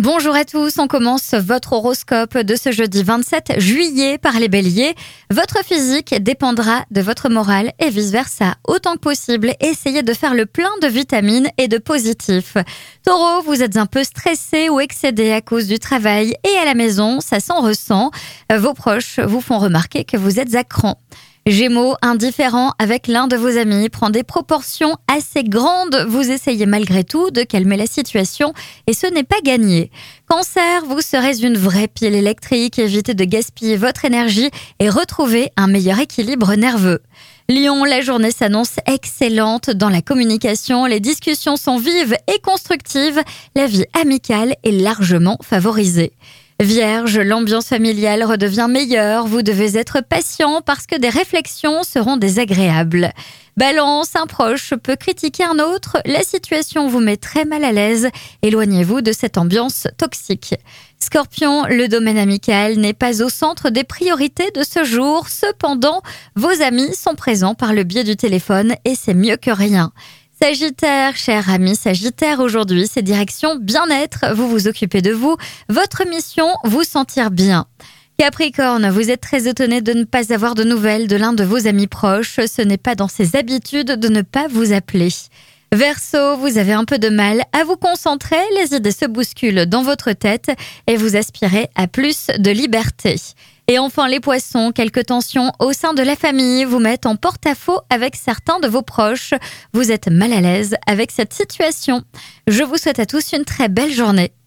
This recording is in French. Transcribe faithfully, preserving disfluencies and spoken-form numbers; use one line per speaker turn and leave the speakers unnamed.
Bonjour à tous, on commence votre horoscope de ce jeudi vingt-sept juillet par les béliers. Votre physique dépendra de votre morale et vice-versa. Autant que possible, essayez de faire le plein de vitamines et de positifs. Taureau, vous êtes un peu stressé ou excédé à cause du travail et à la maison, ça s'en ressent. Vos proches vous font remarquer que vous êtes à cran. Gémeaux, indifférent avec l'un de vos amis prend des proportions assez grandes. Vous essayez malgré tout de calmer la situation et ce n'est pas gagné. Cancer, vous serez une vraie pile électrique. Évitez de gaspiller votre énergie et retrouvez un meilleur équilibre nerveux. Lion, la journée s'annonce excellente dans la communication. Les discussions sont vives et constructives. La vie amicale est largement favorisée. Vierge, l'ambiance familiale redevient meilleure. Vous devez être patient parce que des réflexions seront désagréables. Balance, un proche peut critiquer un autre. La situation vous met très mal à l'aise. Éloignez-vous de cette ambiance toxique. Scorpion, le domaine amical n'est pas au centre des priorités de ce jour. Cependant, vos amis sont présents par le biais du téléphone et c'est mieux que rien. Sagittaire, cher ami Sagittaire, aujourd'hui, c'est direction bien-être. Vous vous occupez de vous. Votre mission, vous sentir bien. Capricorne, vous êtes très étonné de ne pas avoir de nouvelles de l'un de vos amis proches. Ce n'est pas dans ses habitudes de ne pas vous appeler. Verseau, vous avez un peu de mal à vous concentrer. Les idées se bousculent dans votre tête et vous aspirez à plus de liberté. Et enfin les poissons, quelques tensions au sein de la famille vous mettent en porte-à-faux avec certains de vos proches. Vous êtes mal à l'aise avec cette situation. Je vous souhaite à tous une très belle journée.